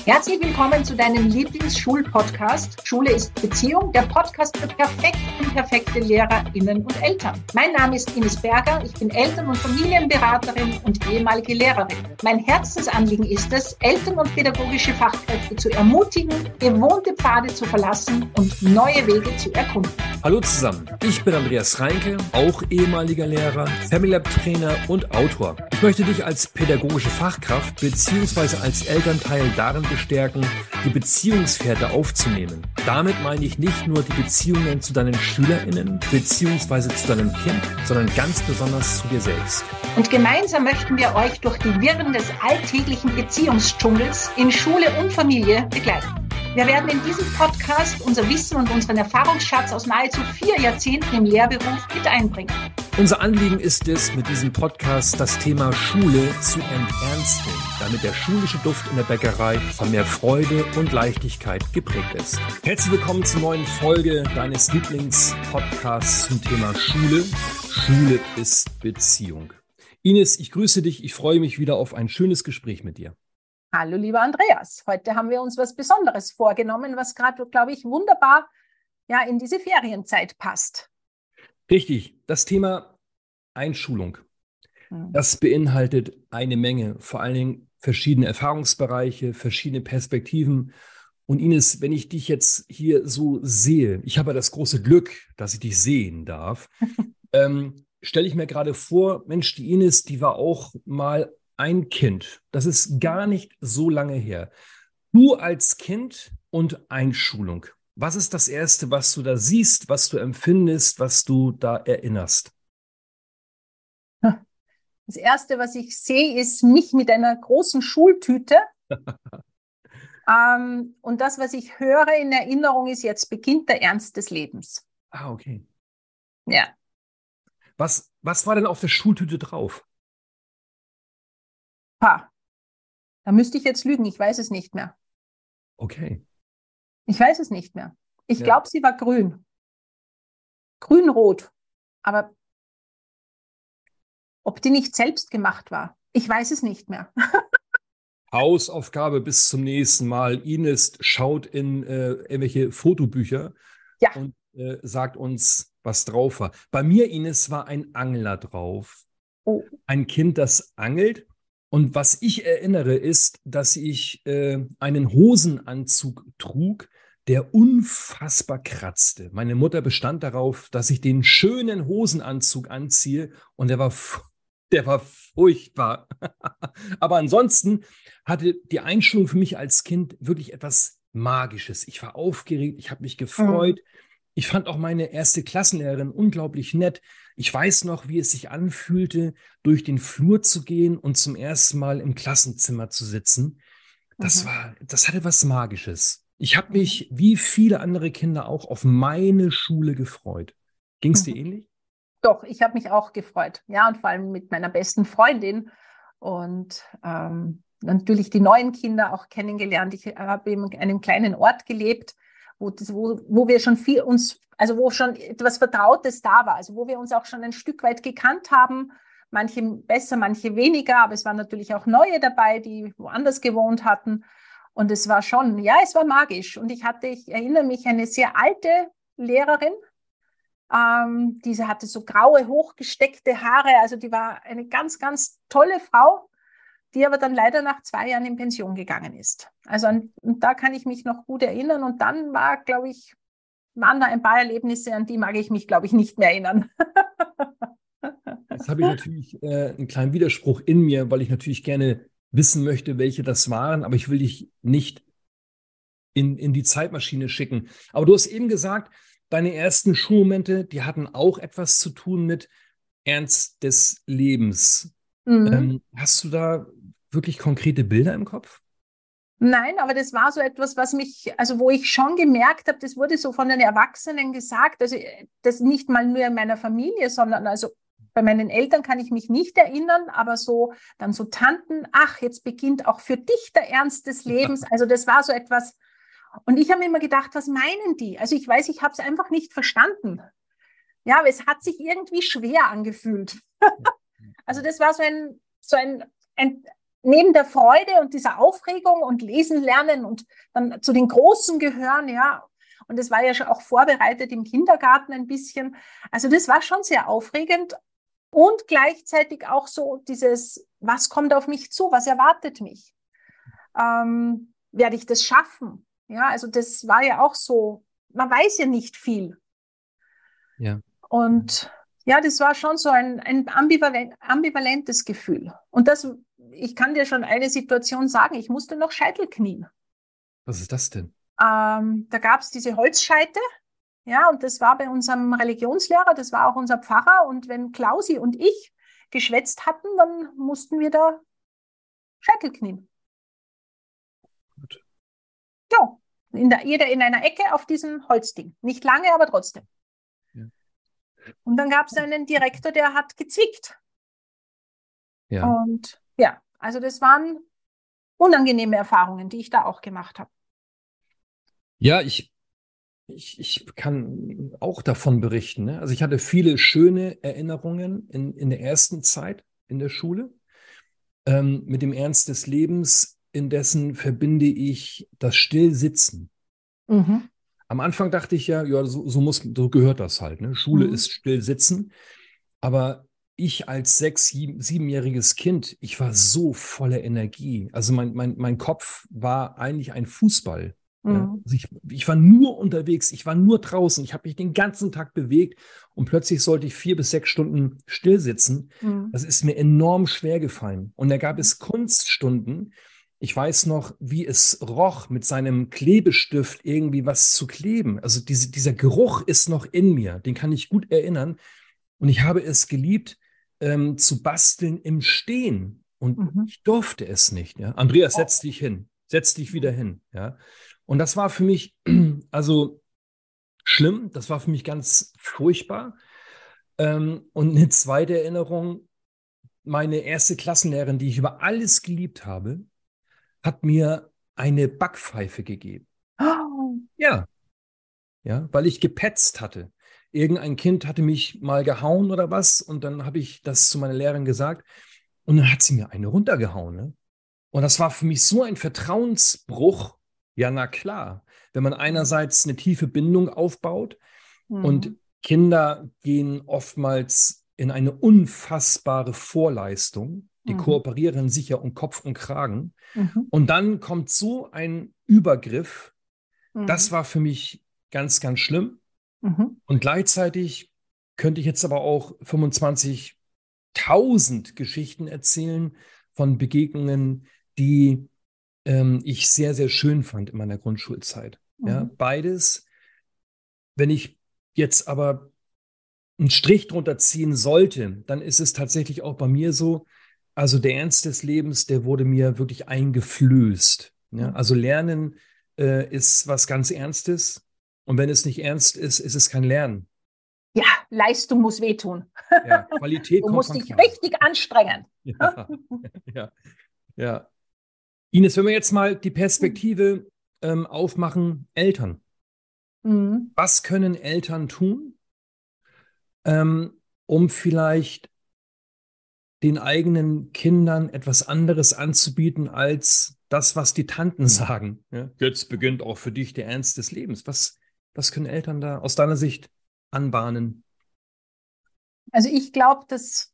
Herzlich willkommen zu deinem Lieblingsschul-Podcast. Schule ist Beziehung, der Podcast für perfekte und perfekte LehrerInnen und Eltern. Mein Name ist Ines Berger, ich bin Eltern- und Familienberaterin und ehemalige Lehrerin. Mein Herzensanliegen ist es, Eltern und pädagogische Fachkräfte zu ermutigen, gewohnte Pfade zu verlassen und neue Wege zu erkunden. Hallo zusammen, ich bin Andreas Reinke, auch ehemaliger Lehrer, Family Lab Trainer und Autor. Ich möchte dich als pädagogische Fachkraft bzw. als Elternteil darin bestärken, die Beziehungsfährte aufzunehmen. Damit meine ich nicht nur die Beziehungen zu deinen SchülerInnen bzw. zu deinem Kind, sondern ganz besonders zu dir selbst. Und gemeinsam möchten wir euch durch die Wirren des alltäglichen Beziehungsdschungels in Schule und Familie begleiten. Wir werden in diesem Podcast unser Wissen und unseren Erfahrungsschatz aus nahezu 4 Jahrzehnten im Lehrberuf mit einbringen. Unser Anliegen ist es, mit diesem Podcast das Thema Schule zu enternsten, damit der schulische Duft in der Bäckerei von mehr Freude und Leichtigkeit geprägt ist. Herzlich willkommen zur neuen Folge deines Lieblingspodcasts zum Thema Schule. Schule ist Beziehung. Ines, ich grüße dich. Ich freue mich wieder auf ein schönes Gespräch mit dir. Hallo, lieber Andreas. Heute haben wir uns was Besonderes vorgenommen, was gerade, glaube ich, wunderbar in diese Ferienzeit passt. Richtig, das Thema Einschulung. Das beinhaltet eine Menge, vor allen Dingen verschiedene Erfahrungsbereiche, verschiedene Perspektiven. Und Ines, wenn ich dich jetzt hier so sehe, ich habe ja das große Glück, dass ich dich sehen darf, stelle ich mir gerade vor, Mensch, die Ines, die war auch mal ein Kind. Das ist gar nicht so lange her. Du als Kind und Einschulung. Was ist das Erste, was du da siehst, was du empfindest, was du da erinnerst? Das Erste, was ich sehe, ist mich mit einer großen Schultüte. Und das, was ich höre in Erinnerung, ist, jetzt beginnt der Ernst des Lebens. Ah, okay. Ja. Was war denn auf der Schultüte drauf? Da müsste ich jetzt lügen, ich weiß es nicht mehr. Okay. Ich weiß es nicht mehr. Ich glaube, sie war grün. Grün-rot. Aber ob die nicht selbst gemacht war, ich weiß es nicht mehr. Hausaufgabe bis zum nächsten Mal. Ines schaut in irgendwelche Fotobücher und sagt uns, was drauf war. Bei mir, Ines, war ein Angler drauf. Oh. Ein Kind, das angelt. Und was ich erinnere, ist, dass ich einen Hosenanzug trug, der unfassbar kratzte. Meine Mutter bestand darauf, dass ich den schönen Hosenanzug anziehe und der war furchtbar. Aber ansonsten hatte die Einschulung für mich als Kind wirklich etwas Magisches. Ich war aufgeregt, ich habe mich gefreut. Ich fand auch meine erste Klassenlehrerin unglaublich nett. Ich weiß noch, wie es sich anfühlte, durch den Flur zu gehen und zum ersten Mal im Klassenzimmer zu sitzen. Das hatte was Magisches. Ich habe mich, wie viele andere Kinder auch, auf meine Schule gefreut. Ging es dir ähnlich? Doch, ich habe mich auch gefreut. Ja, und vor allem mit meiner besten Freundin und natürlich die neuen Kinder auch kennengelernt. Ich habe in einem kleinen Ort gelebt, wo wir schon wo schon etwas Vertrautes da war, also wo wir uns auch schon ein Stück weit gekannt haben, manche besser, manche weniger, aber es waren natürlich auch neue dabei, die woanders gewohnt hatten und es war schon, es war magisch und ich erinnere mich, eine sehr alte Lehrerin, diese hatte so graue, hochgesteckte Haare, also die war eine ganz, ganz tolle Frau, die aber dann leider nach 2 Jahren in Pension gegangen ist. Also und da kann ich mich noch gut erinnern. Und dann waren da ein paar Erlebnisse, an die mag ich mich, glaube ich, nicht mehr erinnern. Jetzt habe ich natürlich einen kleinen Widerspruch in mir, weil ich natürlich gerne wissen möchte, welche das waren, aber ich will dich nicht in die Zeitmaschine schicken. Aber du hast eben gesagt, deine ersten Schulmomente, die hatten auch etwas zu tun mit Ernst des Lebens. Hast du da wirklich konkrete Bilder im Kopf? Nein, aber das war so etwas, wo ich schon gemerkt habe, das wurde so von den Erwachsenen gesagt, also das nicht mal nur in meiner Familie, sondern also bei meinen Eltern kann ich mich nicht erinnern, aber dann so Tanten, ach, jetzt beginnt auch für dich der Ernst des Lebens. Also das war so etwas. Und ich habe mir immer gedacht, was meinen die? Also ich weiß, ich habe es einfach nicht verstanden. Ja, aber es hat sich irgendwie schwer angefühlt. Also das war so ein neben der Freude und dieser Aufregung und Lesen lernen und dann zu den Großen gehören, ja. Und das war ja schon auch vorbereitet im Kindergarten ein bisschen. Also das war schon sehr aufregend und gleichzeitig auch so dieses, was kommt auf mich zu, was erwartet mich? Werde ich das schaffen? Ja, also das war ja auch so, man weiß ja nicht viel. Ja. Und ja, das war schon so ein ambivalentes Gefühl. Und das, ich kann dir schon eine Situation sagen, ich musste noch Scheitel knien. Was ist das denn? Da gab es diese Holzscheite, ja, und das war bei unserem Religionslehrer, das war auch unser Pfarrer. Und wenn Klausi und ich geschwätzt hatten, dann mussten wir da Scheitel knien. Gut. Ja, jeder in einer Ecke auf diesem Holzding. Nicht lange, aber trotzdem. Ja. Und dann gab es einen Direktor, der hat gezwickt. Ja. Und ja, also das waren unangenehme Erfahrungen, die ich da auch gemacht habe. Ja, ich kann auch davon berichten. Ne? Also ich hatte viele schöne Erinnerungen in der ersten Zeit in der Schule. Mit dem Ernst des Lebens, indessen verbinde ich das Stillsitzen. Mhm. Am Anfang dachte ich ja, so gehört das halt. Ne? Schule Mhm. ist Stillsitzen. Aber ich als 7-jähriges Kind, ich war so voller Energie. Also mein Kopf war eigentlich ein Fußball. Ja? Mhm. Also ich war nur unterwegs, ich war nur draußen, ich habe mich den ganzen Tag bewegt und plötzlich sollte ich 4 bis 6 Stunden still sitzen. Mhm. Das ist mir enorm schwer gefallen. Und da gab es Kunststunden. Ich weiß noch, wie es roch, mit seinem Klebestift irgendwie was zu kleben. Also dieser Geruch ist noch in mir, den kann ich gut erinnern. Und ich habe es geliebt, zu basteln im Stehen. Und Mhm. ich durfte es nicht. Ja? Andreas, Oh. setz dich hin. Setz dich wieder hin. Ja? Und das war für mich also schlimm. Das war für mich ganz furchtbar. Und eine zweite Erinnerung, meine erste Klassenlehrerin, die ich über alles geliebt habe, hat mir eine Backpfeife gegeben. Oh. Ja, ja, weil ich gepetzt hatte. Irgendein Kind hatte mich mal gehauen oder was und dann habe ich das zu meiner Lehrerin gesagt und dann hat sie mir eine runtergehauen. Ne? Und das war für mich so ein Vertrauensbruch. Ja, na klar, wenn man einerseits eine tiefe Bindung aufbaut und Mhm. Kinder gehen oftmals in eine unfassbare Vorleistung, die Mhm. kooperieren sich ja um Kopf und Kragen Mhm. und dann kommt so ein Übergriff. Das Mhm. war für mich ganz, ganz schlimm. Mhm. Und gleichzeitig könnte ich jetzt aber auch 25.000 Geschichten erzählen von Begegnungen, die ich sehr, sehr schön fand in meiner Grundschulzeit. Ja, Mhm. beides. Wenn ich jetzt aber einen Strich drunter ziehen sollte, dann ist es tatsächlich auch bei mir so, also der Ernst des Lebens, der wurde mir wirklich eingeflößt. Ja, Mhm. also Lernen ist was ganz Ernstes. Und wenn es nicht ernst ist, ist es kein Lernen. Ja, Leistung muss wehtun. Ja, Qualität Du kommt musst von dich Qual. richtig anstrengen. Ja, ja, ja. Ines, wenn wir jetzt mal die Perspektive aufmachen, Eltern. Mhm. Was können Eltern tun, um vielleicht den eigenen Kindern etwas anderes anzubieten als das, was die Tanten sagen? Ja? Jetzt beginnt auch für dich der Ernst des Lebens. Was können Eltern da aus deiner Sicht anbahnen? Also ich glaube, dass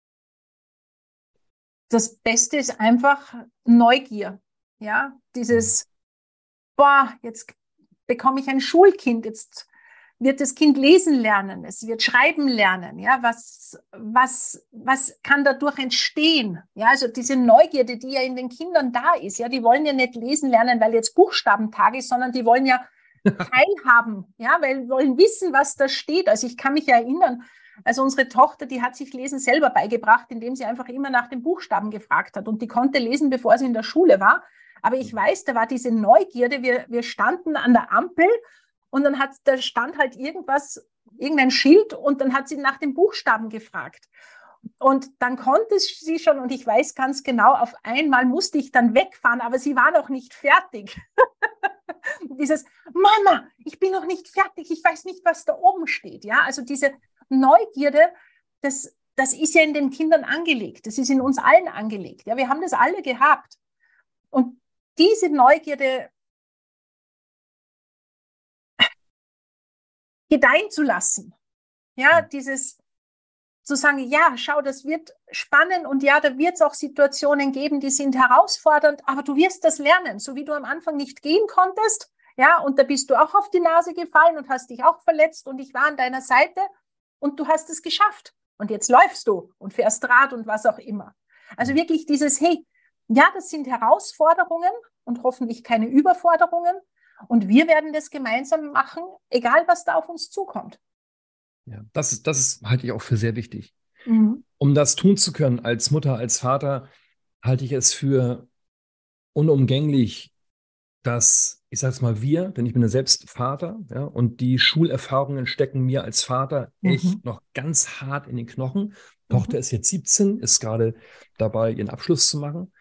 das Beste ist einfach Neugier. Ja, Mhm. dieses, boah, jetzt bekomme ich ein Schulkind, jetzt wird das Kind lesen lernen, es wird schreiben lernen. Ja, was kann dadurch entstehen? Ja, also diese Neugierde, die ja in den Kindern da ist, ja, die wollen ja nicht lesen lernen, weil jetzt Buchstabentag ist, sondern die wollen ja teilhaben, ja, weil wollen wissen, was da steht. Also ich kann mich erinnern, also unsere Tochter, die hat sich Lesen selber beigebracht, indem sie einfach immer nach den Buchstaben gefragt hat und die konnte lesen, bevor sie in der Schule war. Aber ich weiß, da war diese Neugierde, wir standen an der Ampel und dann da stand halt irgendwas, irgendein Schild und dann hat sie nach den Buchstaben gefragt. Und dann konnte sie schon, und ich weiß ganz genau, auf einmal musste ich dann wegfahren, aber sie war noch nicht fertig. Dieses, Mama, ich bin noch nicht fertig, ich weiß nicht, was da oben steht. Ja, also diese Neugierde, das das ist ja in den Kindern angelegt. Das ist in uns allen angelegt. Ja, wir haben das alle gehabt. Und diese Neugierde gedeihen zu lassen. Ja, dieses zu sagen, ja, schau, das wird spannend und ja, da wird es auch Situationen geben, die sind herausfordernd, aber du wirst das lernen, so wie du am Anfang nicht gehen konntest, ja, und da bist du auch auf die Nase gefallen und hast dich auch verletzt und ich war an deiner Seite und du hast es geschafft und jetzt läufst du und fährst Rad und was auch immer. Also wirklich dieses, hey, ja, das sind Herausforderungen und hoffentlich keine Überforderungen und wir werden das gemeinsam machen, egal was da auf uns zukommt. Ja, das halte ich auch für sehr wichtig. Mhm. Um das tun zu können als Mutter, als Vater, halte ich es für unumgänglich, dass, ich sage es mal, denn ich bin ja selbst Vater, ja, und die Schulerfahrungen stecken mir als Vater echt noch ganz hart in den Knochen. Tochter ist jetzt 17, ist gerade dabei, ihren Abschluss zu machen.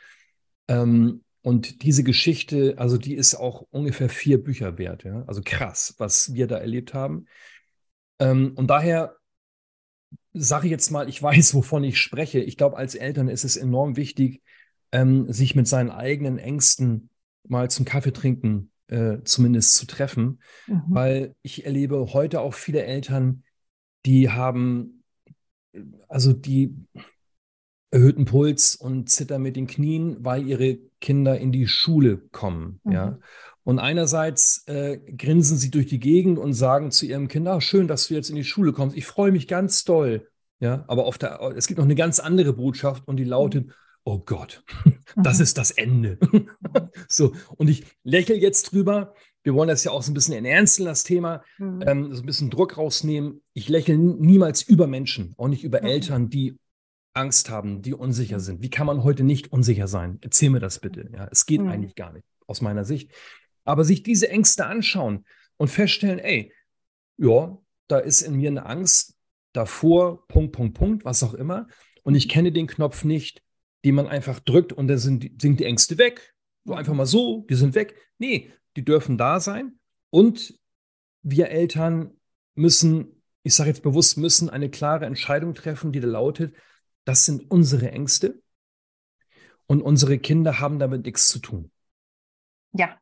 Und diese Geschichte, also die ist auch ungefähr 4 Bücher wert, ja. Also krass, was wir da erlebt haben. Und daher sage ich jetzt mal, ich weiß, wovon ich spreche. Ich glaube, als Eltern ist es enorm wichtig, sich mit seinen eigenen Ängsten mal zum Kaffee trinken, zumindest zu treffen, weil ich erlebe heute auch viele Eltern, die haben also die erhöhten Puls und zittern mit den Knien, weil ihre Kinder in die Schule kommen, ja. Und einerseits grinsen sie durch die Gegend und sagen zu ihrem Kind, ah, schön, dass du jetzt in die Schule kommst. Ich freue mich ganz doll. Ja, aber es gibt noch eine ganz andere Botschaft und die lautet, oh Gott, das ist das Ende. So, und ich lächle jetzt drüber. Wir wollen das ja auch so ein bisschen enternsten, das Thema, so ein bisschen Druck rausnehmen. Ich lächle niemals über Menschen, auch nicht über Eltern, die Angst haben, die unsicher sind. Wie kann man heute nicht unsicher sein? Erzähl mir das bitte. Ja, es geht eigentlich gar nicht, aus meiner Sicht. Aber sich diese Ängste anschauen und feststellen, ey, ja, da ist in mir eine Angst davor, Punkt, Punkt, Punkt, was auch immer. Und ich kenne den Knopf nicht, den man einfach drückt und dann sind die Ängste weg. So einfach mal so, die sind weg. Nee, die dürfen da sein. Und wir Eltern müssen, ich sage jetzt bewusst, müssen eine klare Entscheidung treffen, die da lautet, das sind unsere Ängste und unsere Kinder haben damit nichts zu tun. Ja,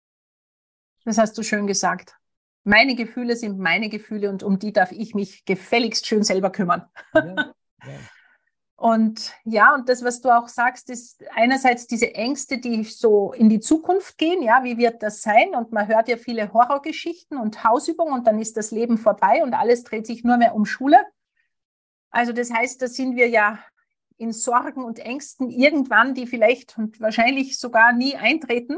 das hast du schön gesagt. Meine Gefühle sind meine Gefühle und um die darf ich mich gefälligst schön selber kümmern. Ja. Und ja, und das, was du auch sagst, ist einerseits diese Ängste, die so in die Zukunft gehen. Ja, wie wird das sein? Und man hört ja viele Horrorgeschichten und Hausübungen und dann ist das Leben vorbei und alles dreht sich nur mehr um Schule. Also das heißt, da sind wir ja in Sorgen und Ängsten irgendwann, die vielleicht und wahrscheinlich sogar nie eintreten.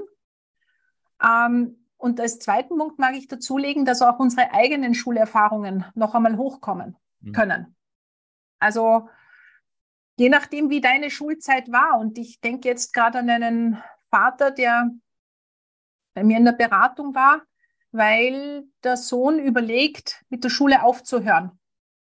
Und als zweiten Punkt mag ich dazulegen, dass auch unsere eigenen Schulerfahrungen noch einmal hochkommen können. Also je nachdem, wie deine Schulzeit war. Und ich denke jetzt gerade an einen Vater, der bei mir in der Beratung war, weil der Sohn überlegt, mit der Schule aufzuhören.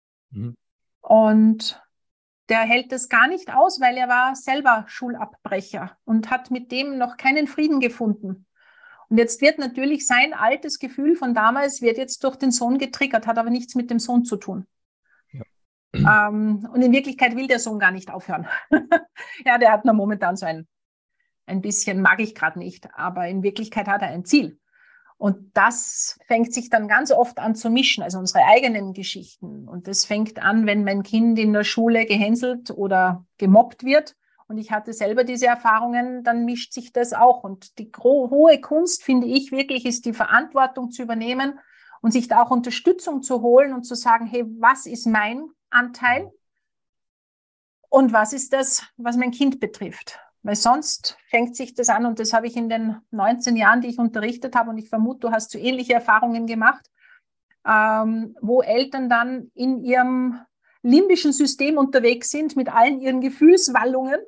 Und der hält das gar nicht aus, weil er war selber Schulabbrecher und hat mit dem noch keinen Frieden gefunden. Und jetzt wird natürlich sein altes Gefühl von damals, wird jetzt durch den Sohn getriggert, hat aber nichts mit dem Sohn zu tun. Ja. Und in Wirklichkeit will der Sohn gar nicht aufhören. Ja, der hat nur momentan so ein bisschen, mag ich gerade nicht, aber in Wirklichkeit hat er ein Ziel. Und das fängt sich dann ganz oft an zu mischen, also unsere eigenen Geschichten. Und das fängt an, wenn mein Kind in der Schule gehänselt oder gemobbt wird. Und ich hatte selber diese Erfahrungen, dann mischt sich das auch. Und die hohe Kunst, finde ich wirklich, ist die Verantwortung zu übernehmen und sich da auch Unterstützung zu holen und zu sagen, hey, was ist mein Anteil? Und was ist das, was mein Kind betrifft? Weil sonst fängt sich das an und das habe ich in den 19 Jahren, die ich unterrichtet habe und ich vermute, du hast so ähnliche Erfahrungen gemacht, wo Eltern dann in ihrem limbischen System unterwegs sind mit allen ihren Gefühlswallungen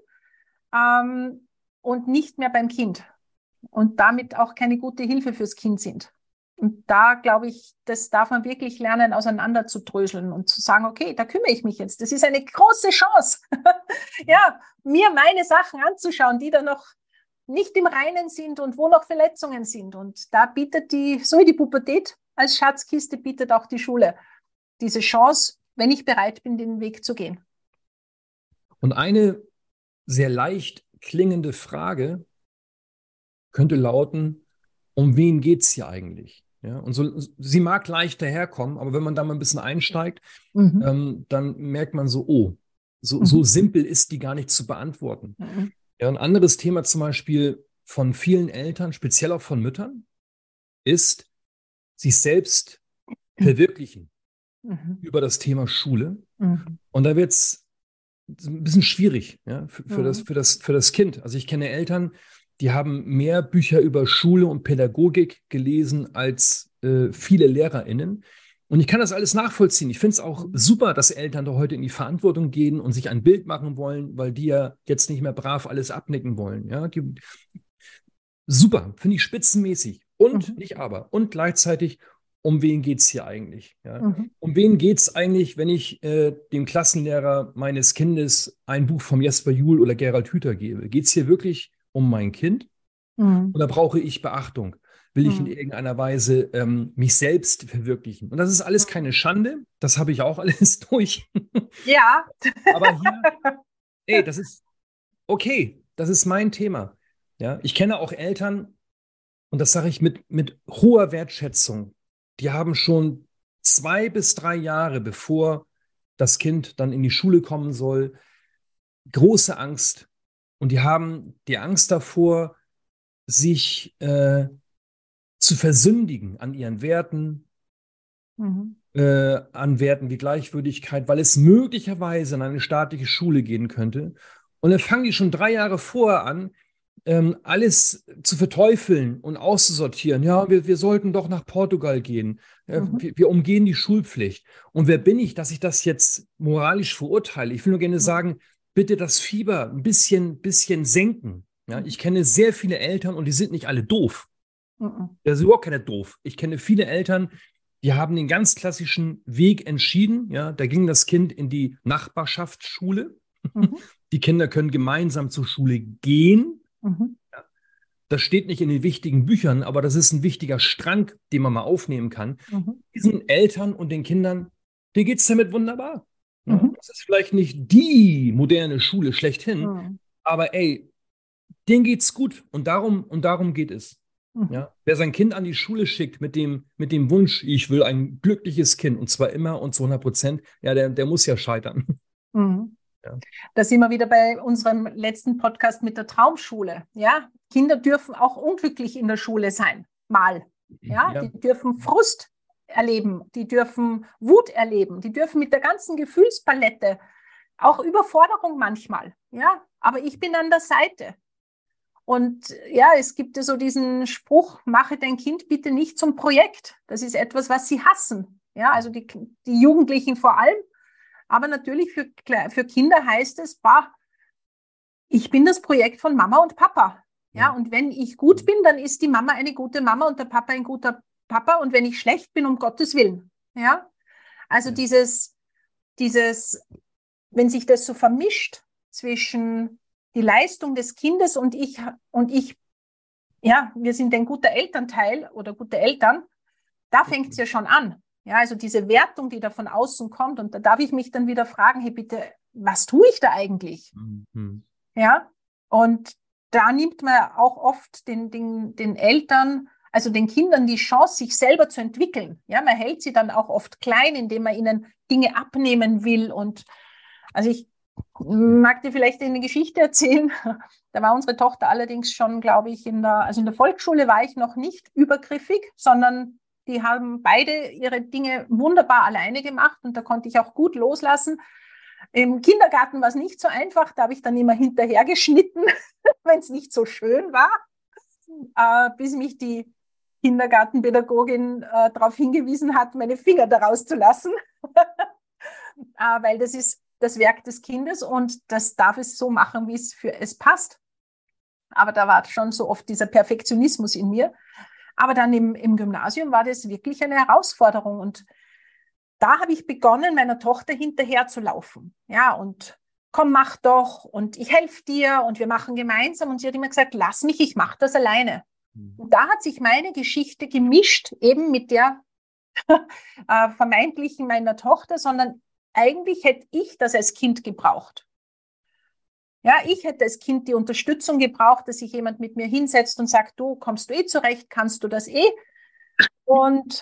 und nicht mehr beim Kind und damit auch keine gute Hilfe fürs Kind sind. Und da glaube ich, das darf man wirklich lernen, auseinanderzudröseln und zu sagen, okay, da kümmere ich mich jetzt. Das ist eine große Chance, ja, mir meine Sachen anzuschauen, die da noch nicht im Reinen sind und wo noch Verletzungen sind. Und da bietet so wie die Pubertät als Schatzkiste, bietet auch die Schule diese Chance, wenn ich bereit bin, den Weg zu gehen. Und eine sehr leicht klingende Frage könnte lauten, um wen geht es hier eigentlich? Ja, und so, sie mag leicht daherkommen, aber wenn man da mal ein bisschen einsteigt, dann merkt man so, oh, so simpel ist die gar nicht zu beantworten. Ja, ein anderes Thema zum Beispiel von vielen Eltern, speziell auch von Müttern, ist sich selbst verwirklichen über das Thema Schule. Und da wird es ein bisschen schwierig, ja, für das Kind. Also ich kenne Eltern, die haben mehr Bücher über Schule und Pädagogik gelesen als viele LehrerInnen. Und ich kann das alles nachvollziehen. Ich finde es auch super, dass Eltern da heute in die Verantwortung gehen und sich ein Bild machen wollen, weil die ja jetzt nicht mehr brav alles abnicken wollen. Ja, super, finde ich spitzenmäßig. Und nicht aber. Und gleichzeitig, um wen geht es hier eigentlich? Ja? Um wen geht es eigentlich, wenn ich dem Klassenlehrer meines Kindes ein Buch von Jesper Juhl oder Gerald Hüther gebe? Geht es hier wirklich um mein Kind? Oder brauche ich Beachtung? Will ich in irgendeiner Weise mich selbst verwirklichen? Und das ist alles keine Schande. Das habe ich auch alles durch. Ja. Aber hier, das ist okay. Das ist mein Thema. Ja, ich kenne auch Eltern, und das sage ich mit hoher Wertschätzung, die haben schon 2 bis 3 Jahre, bevor das Kind dann in die Schule kommen soll, große Angst. Und die haben die Angst davor, sich zu versündigen an ihren Werten, an Werten wie Gleichwürdigkeit, weil es möglicherweise in eine staatliche Schule gehen könnte. Und dann fangen die schon 3 Jahre vorher an, alles zu verteufeln und auszusortieren. Ja, wir sollten doch nach Portugal gehen. Wir umgehen die Schulpflicht. Und wer bin ich, dass ich das jetzt moralisch verurteile? Ich will nur gerne sagen, bitte das Fieber ein bisschen senken. Ja, ich kenne sehr viele Eltern und die sind nicht alle doof. Das ist überhaupt keiner doof. Ich kenne viele Eltern, die haben den ganz klassischen Weg entschieden. Ja, da ging das Kind in die Nachbarschaftsschule. Die Kinder können gemeinsam zur Schule gehen. Ja, das steht nicht in den wichtigen Büchern, aber das ist ein wichtiger Strang, den man mal aufnehmen kann. Diesen Eltern und den Kindern, denen geht es damit wunderbar. Ja, das ist vielleicht nicht die moderne Schule schlechthin, aber denen geht's gut und darum geht es. Ja? Wer sein Kind an die Schule schickt mit dem Wunsch, ich will ein glückliches Kind und zwar immer und zu 100%, ja, der muss ja scheitern. Ja. Da sind wir wieder bei unserem letzten Podcast mit der Traumschule. Ja? Kinder dürfen auch unglücklich in der Schule sein, mal. Ja? Die dürfen Frust erleben, die dürfen Wut erleben, die dürfen mit der ganzen Gefühlspalette, auch Überforderung manchmal. Ja? Aber ich bin an der Seite. Und ja, es gibt ja so diesen Spruch, mache dein Kind bitte nicht zum Projekt. Das ist etwas, was sie hassen. Ja, also die Jugendlichen vor allem. Aber natürlich für Kinder heißt es, ich bin das Projekt von Mama und Papa. Ja, und wenn ich gut bin, dann ist die Mama eine gute Mama und der Papa ein guter Papa. Und wenn ich schlecht bin, um Gottes Willen. Ja, also dieses, wenn sich das so vermischt zwischen die Leistung des Kindes und ich, ja, wir sind ein guter Elternteil oder gute Eltern, da fängt es ja schon an. Ja, also diese Wertung, die da von außen kommt, und da darf ich mich dann wieder fragen, hey bitte, was tue ich da eigentlich? Ja, und da nimmt man auch oft den Eltern, also den Kindern die Chance, sich selber zu entwickeln. Ja, man hält sie dann auch oft klein, indem man ihnen Dinge abnehmen will. Und also ich mag dir vielleicht eine Geschichte erzählen. Da war unsere Tochter allerdings schon, glaube ich, in der Volksschule war ich noch nicht übergriffig, sondern die haben beide ihre Dinge wunderbar alleine gemacht und da konnte ich auch gut loslassen. Im Kindergarten war es nicht so einfach, da habe ich dann immer hinterher geschnitten, wenn es nicht so schön war, bis mich die Kindergartenpädagogin darauf hingewiesen hat, meine Finger daraus zu lassen, weil das ist das Werk des Kindes und das darf es so machen, wie es für es passt. Aber da war schon so oft dieser Perfektionismus in mir. Aber dann im Gymnasium war das wirklich eine Herausforderung und da habe ich begonnen, meiner Tochter hinterher zu laufen. Ja, und komm, mach doch und ich helfe dir und wir machen gemeinsam. Und sie hat immer gesagt, lass mich, ich mache das alleine. Und da hat sich meine Geschichte gemischt, eben mit der vermeintlichen meiner Tochter, sondern eigentlich hätte ich das als Kind gebraucht. Ja, ich hätte als Kind die Unterstützung gebraucht, dass sich jemand mit mir hinsetzt und sagt, du kommst du eh zurecht, kannst du das eh? Und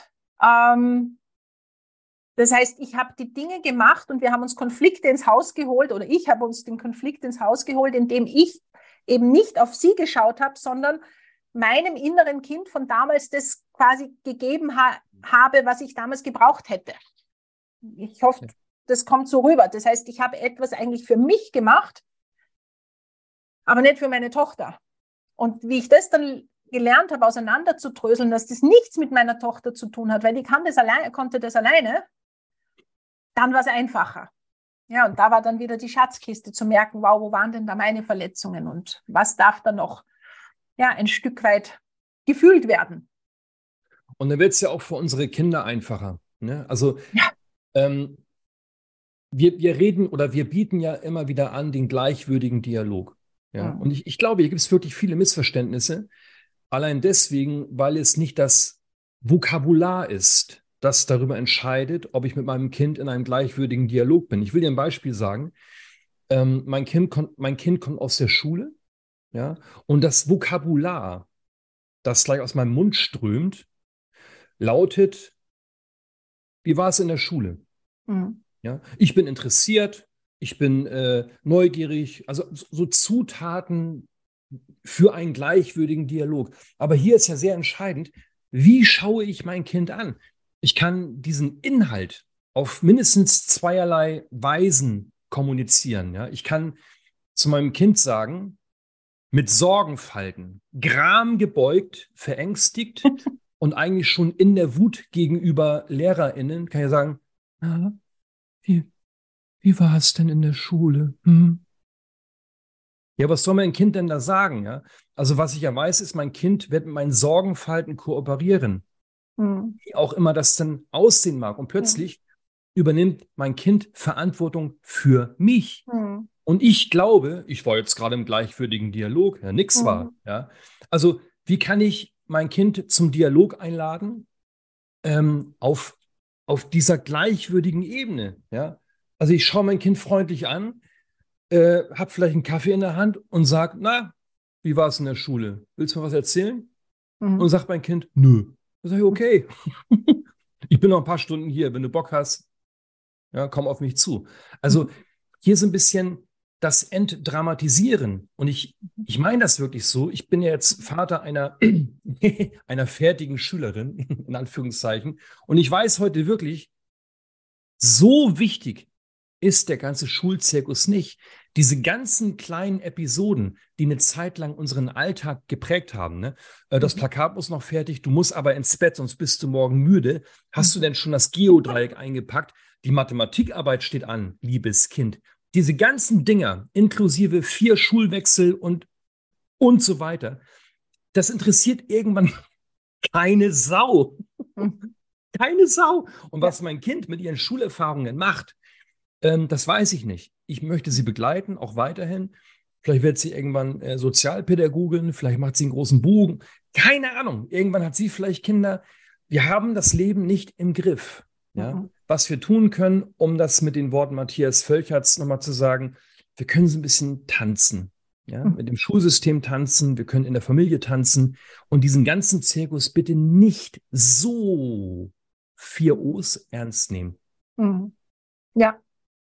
das heißt, ich habe die Dinge gemacht und wir haben uns Konflikte ins Haus geholt oder ich habe uns den Konflikt ins Haus geholt, indem ich eben nicht auf sie geschaut habe, sondern meinem inneren Kind von damals das quasi gegeben habe, was ich damals gebraucht hätte. Ich hoffe, das kommt so rüber. Das heißt, ich habe etwas eigentlich für mich gemacht, aber nicht für meine Tochter. Und wie ich das dann gelernt habe, auseinanderzudröseln, dass das nichts mit meiner Tochter zu tun hat, weil die konnte das alleine, dann war es einfacher. Ja, und da war dann wieder die Schatzkiste zu merken, wow, wo waren denn da meine Verletzungen und was darf da noch ein Stück weit gefühlt werden. Und dann wird es ja auch für unsere Kinder einfacher. Ne? Also wir reden oder wir bieten ja immer wieder an den gleichwürdigen Dialog. Ja? Und ich glaube, hier gibt es wirklich viele Missverständnisse. Allein deswegen, weil es nicht das Vokabular ist, das darüber entscheidet, ob ich mit meinem Kind in einem gleichwürdigen Dialog bin. Ich will dir ein Beispiel sagen. Mein Kind kommt aus der Schule, ja, und das Vokabular, das gleich aus meinem Mund strömt, lautet: Wie war es in der Schule? Ja, ich bin interessiert, ich bin neugierig, also so Zutaten für einen gleichwürdigen Dialog. Aber hier ist ja sehr entscheidend, wie schaue ich mein Kind an? Ich kann diesen Inhalt auf mindestens zweierlei Weisen kommunizieren. Ja? Ich kann zu meinem Kind sagen, mit Sorgenfalten, Gram gebeugt, verängstigt und eigentlich schon in der Wut gegenüber LehrerInnen, kann ich sagen, wie war es denn in der Schule? Ja, was soll mein Kind denn da sagen? Ja? Also was ich ja weiß, ist, mein Kind wird mit meinen Sorgenfalten kooperieren. Wie auch immer das denn aussehen mag. Und plötzlich übernimmt mein Kind Verantwortung für mich. Und ich glaube, ich war jetzt gerade im gleichwürdigen Dialog, ja, nix war. Ja? Also wie kann ich mein Kind zum Dialog einladen? Auf dieser gleichwürdigen Ebene. Ja? Also ich schaue mein Kind freundlich an, habe vielleicht einen Kaffee in der Hand und sage, na, wie war es in der Schule? Willst du mir was erzählen? Und sagt mein Kind, nö. Dann sage ich, okay. Ich bin noch ein paar Stunden hier. Wenn du Bock hast, ja, komm auf mich zu. Also hier ist ein bisschen das Entdramatisieren. Und ich meine das wirklich so. Ich bin ja jetzt Vater einer fertigen Schülerin, in Anführungszeichen. Und ich weiß heute wirklich, so wichtig ist der ganze Schulzirkus nicht. Diese ganzen kleinen Episoden, die eine Zeit lang unseren Alltag geprägt haben. Ne? Das Plakat muss noch fertig, du musst aber ins Bett, sonst bist du morgen müde. Hast du denn schon das Geodreieck eingepackt? Die Mathematikarbeit steht an, liebes Kind. Diese ganzen Dinger, inklusive 4 Schulwechsel und so weiter, das interessiert irgendwann keine Sau. Keine Sau. Und was mein Kind mit ihren Schulerfahrungen macht, das weiß ich nicht. Ich möchte sie begleiten, auch weiterhin. Vielleicht wird sie irgendwann Sozialpädagogin, vielleicht macht sie einen großen Bogen. Keine Ahnung. Irgendwann hat sie vielleicht Kinder. Wir haben das Leben nicht im Griff. Ja? Was wir tun können, um das mit den Worten Matthias Völcherts nochmal zu sagen, wir können so ein bisschen tanzen. Ja? Mit dem Schulsystem tanzen, wir können in der Familie tanzen und diesen ganzen Zirkus bitte nicht so 4 O's ernst nehmen. Ja.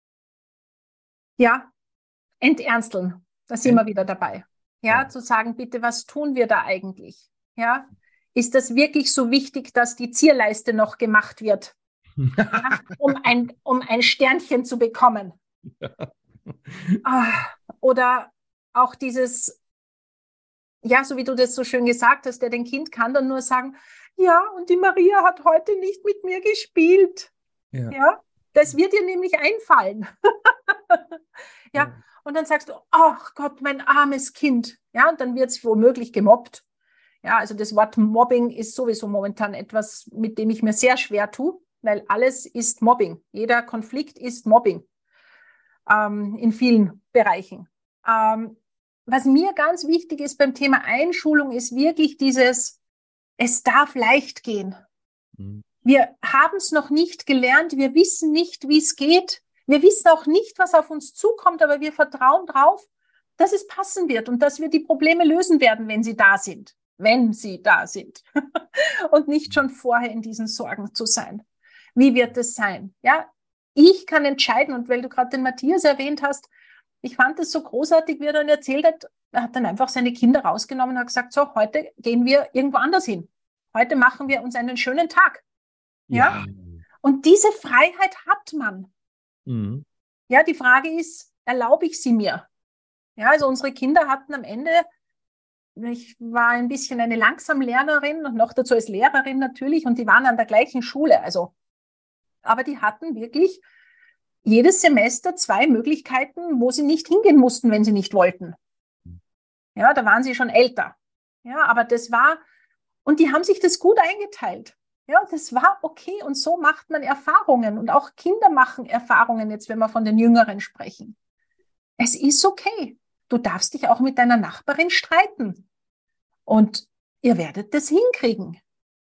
Ja, enternsteln. Da sind wir wieder dabei. Ja, zu sagen, bitte, was tun wir da eigentlich? Ja, ist das wirklich so wichtig, dass die Zierleiste noch gemacht wird, ja, um ein Sternchen zu bekommen? Oder auch dieses, ja, so wie du das so schön gesagt hast, dein Kind kann dann nur sagen, ja, und die Maria hat heute nicht mit mir gespielt. Ja, das wird ihr nämlich einfallen. Ja, und dann sagst du, ach Gott, mein armes Kind. Ja, und dann wird es womöglich gemobbt. Ja, also das Wort Mobbing ist sowieso momentan etwas, mit dem ich mir sehr schwer tue, weil alles ist Mobbing. Jeder Konflikt ist Mobbing in vielen Bereichen. Was mir ganz wichtig ist beim Thema Einschulung, ist wirklich dieses, es darf leicht gehen. Wir haben es noch nicht gelernt, wir wissen nicht, wie es geht. Wir wissen auch nicht, was auf uns zukommt, aber wir vertrauen drauf, dass es passen wird und dass wir die Probleme lösen werden, wenn sie da sind. Wenn sie da sind. Und nicht schon vorher in diesen Sorgen zu sein. Wie wird es sein? Ja, ich kann entscheiden. Und weil du gerade den Matthias erwähnt hast, ich fand es so großartig, wie er dann erzählt hat, er hat dann einfach seine Kinder rausgenommen und hat gesagt, so, heute gehen wir irgendwo anders hin. Heute machen wir uns einen schönen Tag. Ja? Und diese Freiheit hat man. Mhm. Ja, die Frage ist, erlaube ich sie mir? Ja, also unsere Kinder hatten am Ende, ich war ein bisschen eine Langsamlernerin und noch dazu als Lehrerin natürlich und die waren an der gleichen Schule, also, aber die hatten wirklich jedes Semester 2 Möglichkeiten, wo sie nicht hingehen mussten, wenn sie nicht wollten. Ja, da waren sie schon älter. Ja, aber das war, und die haben sich das gut eingeteilt. Ja, das war okay und so macht man Erfahrungen und auch Kinder machen Erfahrungen, jetzt wenn wir von den Jüngeren sprechen. Es ist okay. Du darfst dich auch mit deiner Nachbarin streiten und ihr werdet das hinkriegen.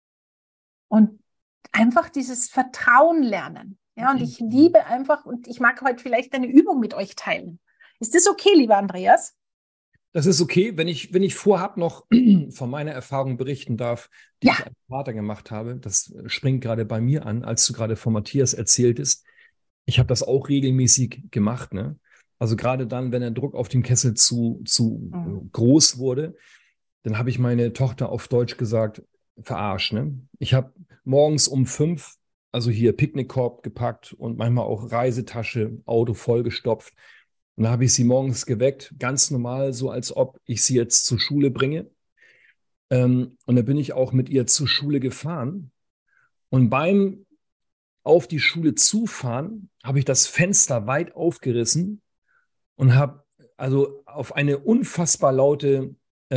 Und einfach dieses Vertrauen lernen. Ja, und ich liebe einfach, und ich mag heute vielleicht eine Übung mit euch teilen. Ist das okay, lieber Andreas? Das ist okay, wenn ich vorab noch von meiner Erfahrung berichten darf, die ich als Vater gemacht habe. Das springt gerade bei mir an, als du gerade von Matthias erzähltest. Ich habe das auch regelmäßig gemacht, ne? Also gerade dann, wenn der Druck auf dem Kessel zu groß wurde, dann habe ich meine Tochter auf Deutsch gesagt, verarscht, ne? Ich habe morgens um 5, also hier Picknickkorb gepackt und manchmal auch Reisetasche, Auto vollgestopft. Und da habe ich sie morgens geweckt, ganz normal, so als ob ich sie jetzt zur Schule bringe. Und dann bin ich auch mit ihr zur Schule gefahren. Und beim auf die Schule zufahren, habe ich das Fenster weit aufgerissen und habe also auf eine unfassbar laute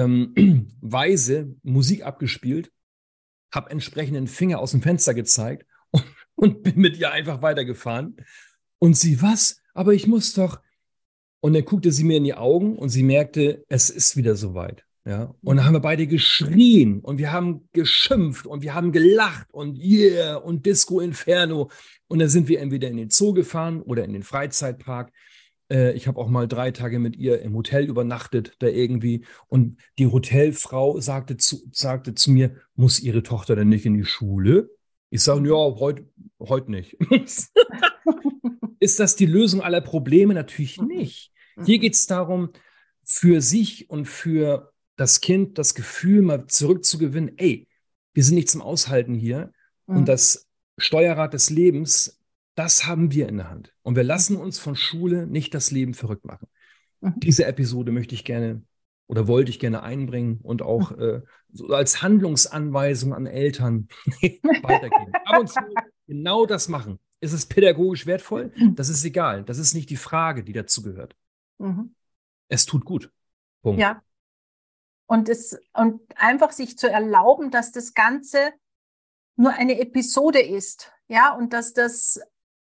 Weise Musik abgespielt, habe entsprechenden Finger aus dem Fenster gezeigt und bin mit ihr einfach weitergefahren. Und sie, was? Aber ich muss doch. Und dann guckte sie mir in die Augen und sie merkte, es ist wieder soweit. Ja? Und dann haben wir beide geschrien und wir haben geschimpft und wir haben gelacht und yeah und Disco Inferno. Und dann sind wir entweder in den Zoo gefahren oder in den Freizeitpark. Ich habe auch mal 3 Tage mit ihr im Hotel übernachtet, da irgendwie. Und die Hotelfrau sagte zu mir, muss ihre Tochter denn nicht in die Schule? Ich sage, ja, heute nicht. Ist das die Lösung aller Probleme? Natürlich nicht. Hier geht es darum, für sich und für das Kind das Gefühl mal zurückzugewinnen, ey, wir sind nicht zum Aushalten hier und das Steuerrad des Lebens, das haben wir in der Hand. Und wir lassen uns von Schule nicht das Leben verrückt machen. Diese Episode möchte ich gerne oder wollte ich gerne einbringen und auch so als Handlungsanweisung an Eltern weitergeben. Ab und zu genau das machen. Ist es pädagogisch wertvoll? Das ist egal. Das ist nicht die Frage, die dazu gehört. Es tut gut. Punkt. Ja. Und einfach sich zu erlauben, dass das Ganze nur eine Episode ist. Ja, und dass das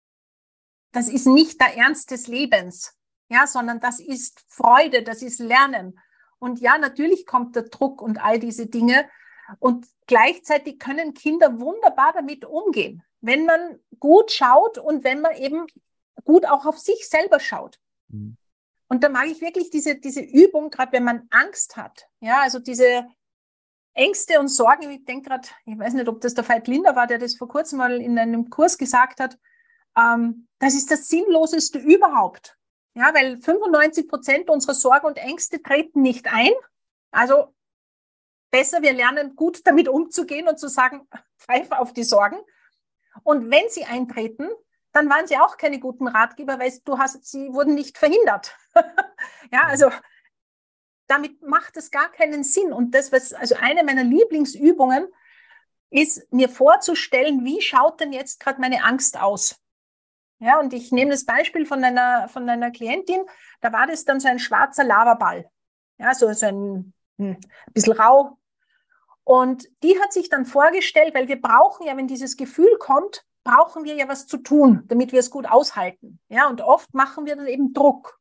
ist nicht der Ernst des Lebens. Ja, sondern das ist Freude, das ist Lernen. Und ja, natürlich kommt der Druck und all diese Dinge. Und gleichzeitig können Kinder wunderbar damit umgehen, wenn man gut schaut und wenn man eben gut auch auf sich selber schaut. Und da mag ich wirklich diese Übung, gerade wenn man Angst hat, ja, also diese Ängste und Sorgen, ich denke gerade, ich weiß nicht, ob das der Veit Linder war, der das vor kurzem mal in einem Kurs gesagt hat, das ist das Sinnloseste überhaupt. Ja, weil 95% unserer Sorgen und Ängste treten nicht ein. Also besser, wir lernen gut damit umzugehen und zu sagen, pfeife auf die Sorgen. Und wenn sie eintreten, dann waren sie auch keine guten Ratgeber, weil sie wurden nicht verhindert. Ja, also damit macht es gar keinen Sinn. Und also eine meiner Lieblingsübungen ist, mir vorzustellen, wie schaut denn jetzt gerade meine Angst aus? Ja, und ich nehme das Beispiel von einer Klientin, da war das dann so ein schwarzer Lavaball. Ja, so ein bisschen rau. Und die hat sich dann vorgestellt, weil wir brauchen ja, wenn dieses Gefühl kommt, brauchen wir ja was zu tun, damit wir es gut aushalten. Ja, und oft machen wir dann eben Druck.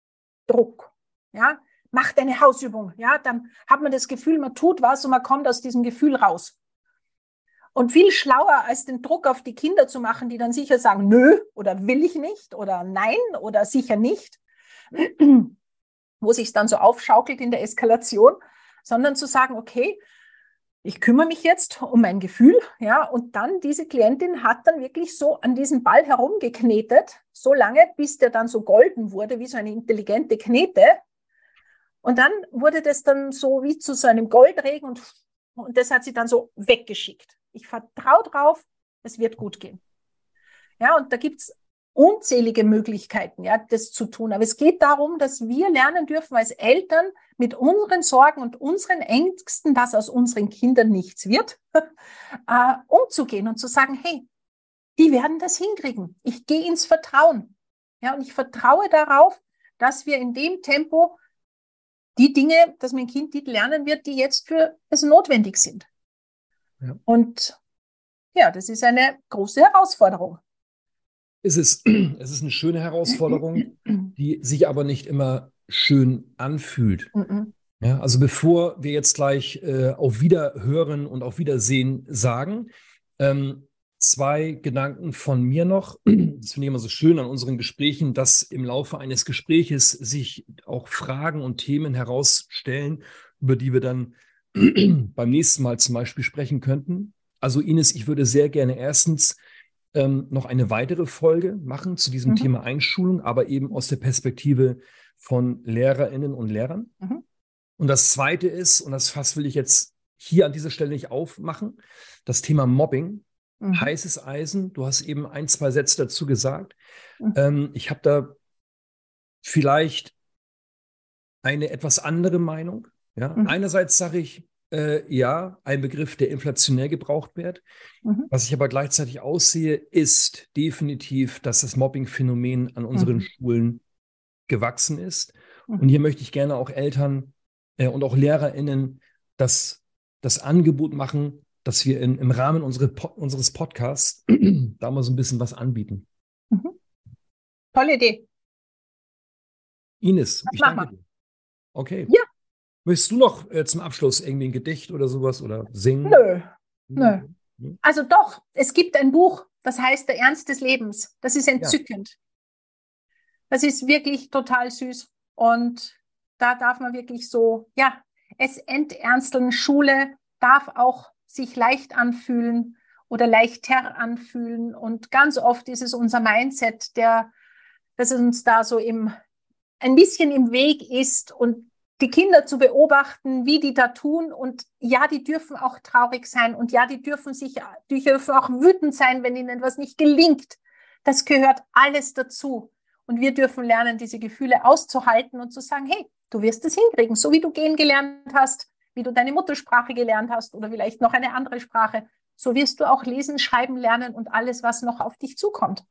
Ja, macht eine Hausübung. Ja, dann hat man das Gefühl, man tut was und man kommt aus diesem Gefühl raus. Und viel schlauer als den Druck auf die Kinder zu machen, die dann sicher sagen, nö oder will ich nicht oder nein oder sicher nicht, wo sich dann so aufschaukelt in der Eskalation, sondern zu sagen, okay, ich kümmere mich jetzt um mein Gefühl, ja, und dann diese Klientin hat dann wirklich so an diesem Ball herumgeknetet, so lange, bis der dann so golden wurde, wie so eine intelligente Knete. Und dann wurde das dann so wie zu so einem Goldregen und das hat sie dann so weggeschickt. Ich vertraue drauf, es wird gut gehen. Ja, und da gibt es unzählige Möglichkeiten, ja, das zu tun. Aber es geht darum, dass wir lernen dürfen als Eltern mit unseren Sorgen und unseren Ängsten, dass aus unseren Kindern nichts wird, umzugehen und zu sagen, hey, die werden das hinkriegen. Ich gehe ins Vertrauen. Ja, und ich vertraue darauf, dass wir in dem Tempo die Dinge, dass mein Kind die lernen wird, die jetzt für es notwendig sind. Ja. Und ja, das ist eine große Herausforderung. Es ist eine schöne Herausforderung, die sich aber nicht immer schön anfühlt. Ja, also bevor wir jetzt gleich auf Wiederhören und auf Wiedersehen sagen, 2 Gedanken von mir noch. Das finde ich immer so schön an unseren Gesprächen, dass im Laufe eines Gespräches sich auch Fragen und Themen herausstellen, über die wir dann beim nächsten Mal zum Beispiel sprechen könnten. Also Ines, ich würde sehr gerne erstens noch eine weitere Folge machen zu diesem Thema Einschulung, aber eben aus der Perspektive von Lehrerinnen und Lehrern. Und das Zweite ist, und das Fass will ich jetzt hier an dieser Stelle nicht aufmachen, das Thema Mobbing, heißes Eisen. Du hast eben 1, 2 Sätze dazu gesagt. Ich habe da vielleicht eine etwas andere Meinung. Ja? Einerseits sage ich, ja, ein Begriff, der inflationär gebraucht wird. Was ich aber gleichzeitig aussehe, ist definitiv, dass das Mobbing-Phänomen an unseren Schulen gewachsen ist. Und hier möchte ich gerne auch Eltern und auch LehrerInnen das Angebot machen, dass wir im Rahmen unseres Podcasts da mal so ein bisschen was anbieten. Tolle Idee. Ines, ich danke dir. Okay. Ja. Möchtest du noch zum Abschluss irgendwie ein Gedicht oder sowas oder singen? Nö. Also doch, es gibt ein Buch, das heißt Der Ernst des Lebens. Das ist entzückend. Ja. Das ist wirklich total süß. Und da darf man wirklich so, ja, es enternsteln. Schule darf auch sich leicht anfühlen oder leichter anfühlen. Und ganz oft ist es unser Mindset, das uns da so ein bisschen im Weg ist und die Kinder zu beobachten, wie die da tun. Und ja, die dürfen auch traurig sein. Und ja, die dürfen auch wütend sein, wenn ihnen etwas nicht gelingt. Das gehört alles dazu. Und wir dürfen lernen, diese Gefühle auszuhalten und zu sagen, hey, du wirst es hinkriegen. So wie du gehen gelernt hast, wie du deine Muttersprache gelernt hast oder vielleicht noch eine andere Sprache, so wirst du auch lesen, schreiben lernen und alles, was noch auf dich zukommt.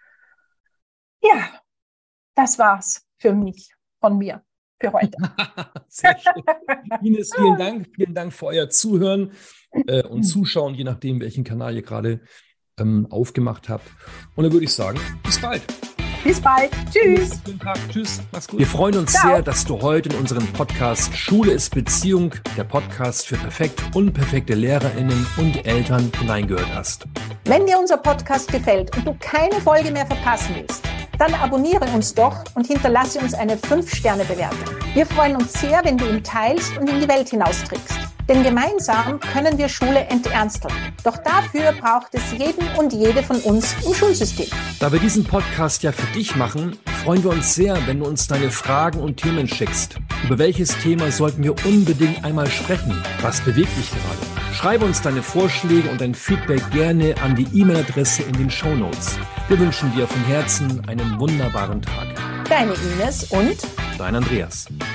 Ja, das war's für mich, von mir. Für heute. Sehr schön. Ines, vielen Dank für euer Zuhören und Zuschauen, je nachdem, welchen Kanal ihr gerade aufgemacht habt. Und dann würde ich sagen, bis bald. Bis bald. Tschüss. Guten Tag. Tschüss. Mach's gut. Wir freuen uns sehr, dass du heute in unserem Podcast Schule ist Beziehung, der Podcast für perfekt unperfekte LehrerInnen und Eltern, hineingehört hast. Wenn dir unser Podcast gefällt und du keine Folge mehr verpassen willst, dann abonniere uns doch und hinterlasse uns eine 5-Sterne-Bewertung. Wir freuen uns sehr, wenn du ihn teilst und in die Welt hinausträgst. Denn gemeinsam können wir Schule enternsteln. Doch dafür braucht es jeden und jede von uns im Schulsystem. Da wir diesen Podcast ja für dich machen, freuen wir uns sehr, wenn du uns deine Fragen und Themen schickst. Über welches Thema sollten wir unbedingt einmal sprechen? Was bewegt dich gerade? Schreibe uns deine Vorschläge und dein Feedback gerne an die E-Mail-Adresse in den Shownotes. Wir wünschen dir von Herzen einen wunderbaren Tag. Deine Ines und dein Andreas.